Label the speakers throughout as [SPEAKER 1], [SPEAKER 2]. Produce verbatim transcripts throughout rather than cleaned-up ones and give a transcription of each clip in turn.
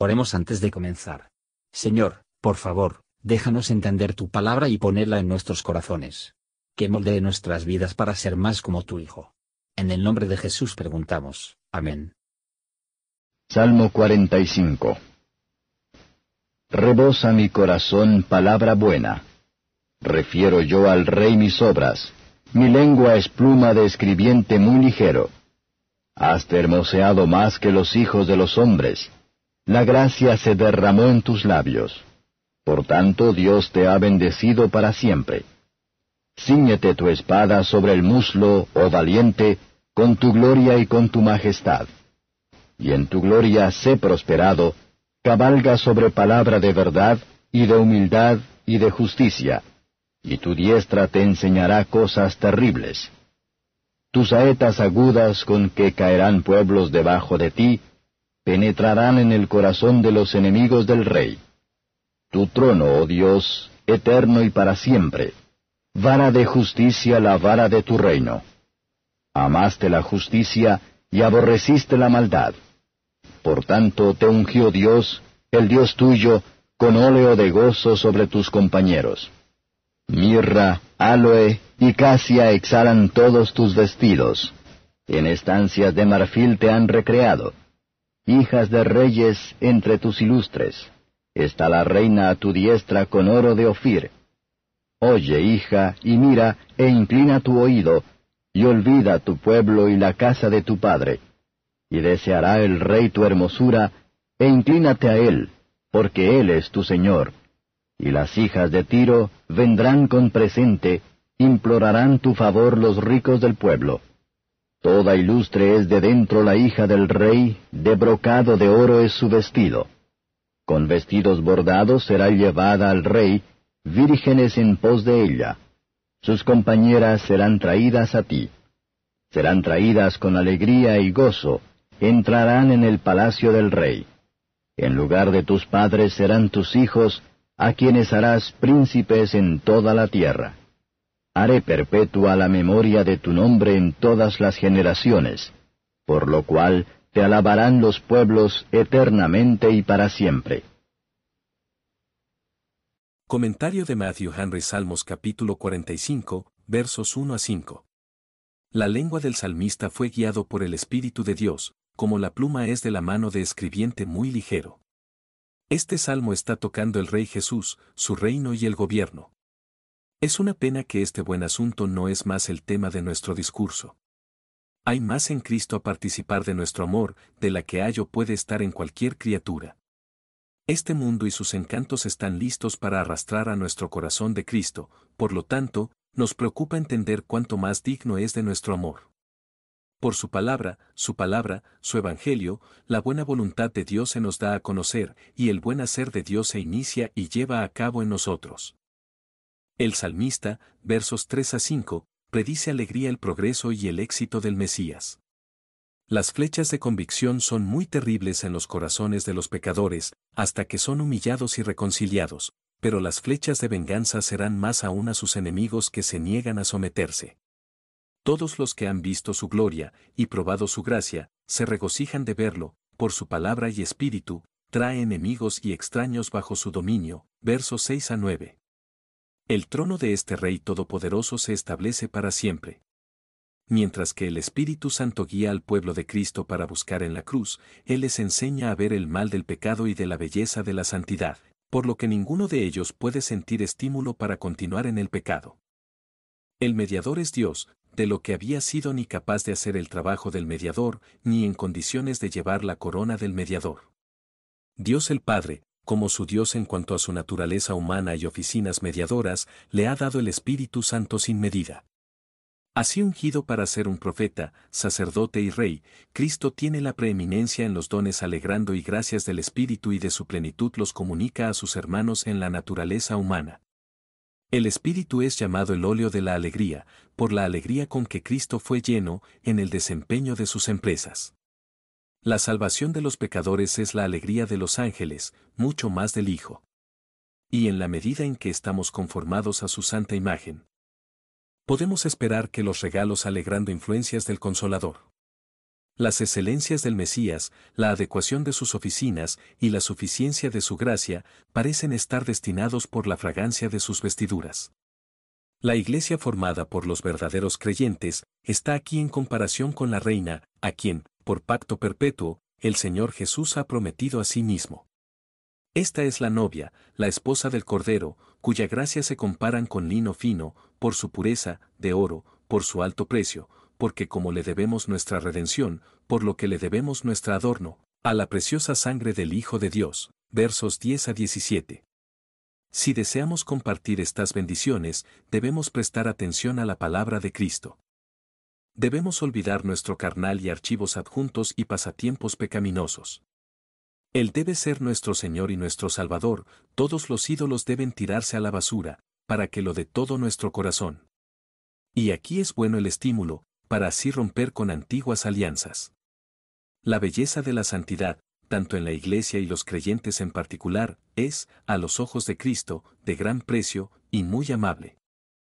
[SPEAKER 1] Oremos antes de comenzar. Señor, por favor, déjanos entender tu palabra y ponerla en nuestros corazones. Que moldee nuestras vidas para ser más como tu Hijo. En el nombre de Jesús preguntamos. Amén.
[SPEAKER 2] Salmo cuarenta y cinco. Rebosa mi corazón palabra buena. Refiero yo al Rey mis obras. Mi lengua es pluma de escribiente muy ligero. Has hermoseado más que los hijos de los hombres. La gracia se derramó en tus labios. Por tanto, Dios te ha bendecido para siempre. Cíñete tu espada sobre el muslo, oh valiente, con tu gloria y con tu majestad. Y en tu gloria sé prosperado, cabalga sobre palabra de verdad, y de humildad, y de justicia, y tu diestra te enseñará cosas terribles. Tus saetas agudas con que caerán pueblos debajo de ti, penetrarán en el corazón de los enemigos del rey. Tu trono, oh Dios, eterno y para siempre, vara de justicia la vara de tu reino. Amaste la justicia y aborreciste la maldad. Por tanto te ungió Dios, el Dios tuyo, con óleo de gozo sobre tus compañeros. Mirra, áloe y casia exhalan todos tus vestidos. En estancias de marfil te han recreado. Hijas de reyes entre tus ilustres. Está la reina a tu diestra con oro de Ofir. Oye, hija, y mira, e inclina tu oído, y olvida tu pueblo y la casa de tu padre. Y deseará el rey tu hermosura, e inclínate a él, porque él es tu Señor. Y las hijas de Tiro vendrán con presente, implorarán tu favor los ricos del pueblo. Toda ilustre es de dentro la hija del rey, de brocado de oro es su vestido. Con vestidos bordados será llevada al rey, vírgenes en pos de ella. Sus compañeras serán traídas a ti. Serán traídas con alegría y gozo, entrarán en el palacio del rey. En lugar de tus padres serán tus hijos, a quienes harás príncipes en toda la tierra. Haré perpetua la memoria de tu nombre en todas las generaciones, por lo cual te alabarán los pueblos eternamente y para siempre.
[SPEAKER 3] Comentario de Matthew Henry Salmos capítulo cuarenta y cinco, versos uno a cinco. La lengua del salmista fue guiado por el Espíritu de Dios, como la pluma es de la mano de escribiente muy ligero. Este salmo está tocando el Rey Jesús, su reino y el gobierno. Es una pena que este buen asunto no es más el tema de nuestro discurso. Hay más en Cristo a participar de nuestro amor, de la que hallo puede estar en cualquier criatura. Este mundo y sus encantos están listos para arrastrar a nuestro corazón de Cristo, por lo tanto, nos preocupa entender cuánto más digno es de nuestro amor. Por su palabra, su palabra, su evangelio, la buena voluntad de Dios se nos da a conocer, y el buen hacer de Dios se inicia y lleva a cabo en nosotros. El salmista, versos tres a cinco, predice alegría el progreso y el éxito del Mesías. Las flechas de convicción son muy terribles en los corazones de los pecadores, hasta que son humillados y reconciliados, pero las flechas de venganza serán más aún a sus enemigos que se niegan a someterse. Todos los que han visto su gloria, y probado su gracia, se regocijan de verlo, por su palabra y espíritu, trae enemigos y extraños bajo su dominio, versos seis a nueve. El trono de este Rey Todopoderoso se establece para siempre. Mientras que el Espíritu Santo guía al pueblo de Cristo para buscar en la cruz, Él les enseña a ver el mal del pecado y de la belleza de la santidad, por lo que ninguno de ellos puede sentir estímulo para continuar en el pecado. El mediador es Dios, de lo que había sido ni capaz de hacer el trabajo del mediador, ni en condiciones de llevar la corona del mediador. Dios el Padre, como su Dios en cuanto a su naturaleza humana y oficinas mediadoras, le ha dado el Espíritu Santo sin medida. Así ungido para ser un profeta, sacerdote y rey, Cristo tiene la preeminencia en los dones alegrando y gracias del Espíritu y de su plenitud los comunica a sus hermanos en la naturaleza humana. El Espíritu es llamado el óleo de la alegría, por la alegría con que Cristo fue lleno en el desempeño de sus empresas. La salvación de los pecadores es la alegría de los ángeles, mucho más del Hijo. Y en la medida en que estamos conformados a su santa imagen, podemos esperar que los regalos alegrando influencias del Consolador. Las excelencias del Mesías, la adecuación de sus oficinas y la suficiencia de su gracia parecen estar destinados por la fragancia de sus vestiduras. La iglesia formada por los verdaderos creyentes está aquí en comparación con la reina, a quien, por pacto perpetuo, el Señor Jesús ha prometido a sí mismo. Esta es la novia, la esposa del Cordero, cuya gracia se comparan con lino fino, por su pureza, de oro, por su alto precio, porque como le debemos nuestra redención, por lo que le debemos nuestra adorno, a la preciosa sangre del Hijo de Dios. Versos diez a diecisiete. Si deseamos compartir estas bendiciones, debemos prestar atención a la palabra de Cristo. Debemos olvidar nuestro carnal y archivos adjuntos y pasatiempos pecaminosos. Él debe ser nuestro Señor y nuestro Salvador, todos los ídolos deben tirarse a la basura, para que lo dé todo nuestro corazón. Y aquí es bueno el estímulo, para así romper con antiguas alianzas. La belleza de la santidad, tanto en la Iglesia y los creyentes en particular, es, a los ojos de Cristo, de gran precio, y muy amable.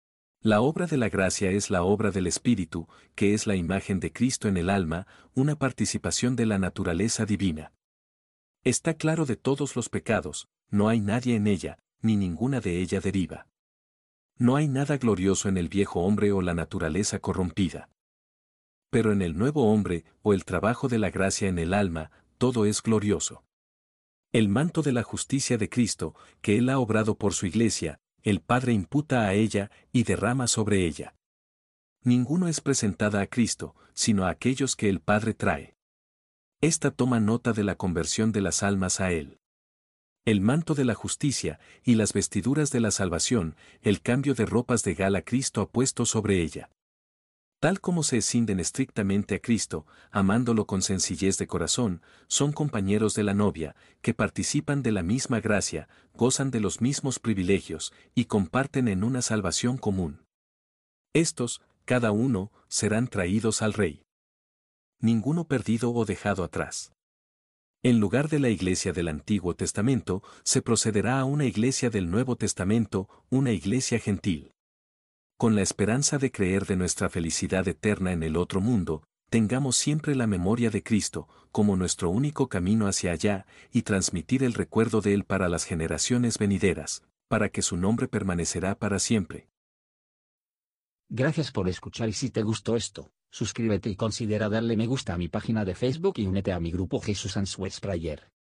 [SPEAKER 3] La obra de la gracia es la obra del Espíritu, que es la imagen de Cristo en el alma, una participación de la naturaleza divina. Está claro de todos los pecados, no hay nadie en ella, ni ninguna de ella deriva. No hay nada glorioso en el viejo hombre o la naturaleza corrompida. Pero en el nuevo hombre, o el trabajo de la gracia en el alma, todo es glorioso. El manto de la justicia de Cristo, que Él ha obrado por su iglesia, el Padre imputa a ella y derrama sobre ella. Ninguno es presentada a Cristo, sino a aquellos que el Padre trae. Esta toma nota de la conversión de las almas a Él. El manto de la justicia y las vestiduras de la salvación, el cambio de ropas de gala Cristo ha puesto sobre ella. Tal como se escinden estrictamente a Cristo, amándolo con sencillez de corazón, son compañeros de la novia, que participan de la misma gracia, gozan de los mismos privilegios, y comparten en una salvación común. Estos, cada uno, serán traídos al Rey. Ninguno perdido o dejado atrás. En lugar de la iglesia del Antiguo Testamento, se procederá a una iglesia del Nuevo Testamento, una iglesia gentil. Con la esperanza de creer de nuestra felicidad eterna en el otro mundo, tengamos siempre la memoria de Cristo, como nuestro único camino hacia allá, y transmitir el recuerdo de Él para las generaciones venideras, para que su nombre permanecerá para siempre.
[SPEAKER 1] Gracias por escuchar y si te gustó esto, suscríbete y considera darle me gusta a mi página de Facebook y únete a mi grupo Jesús Answers Prayer.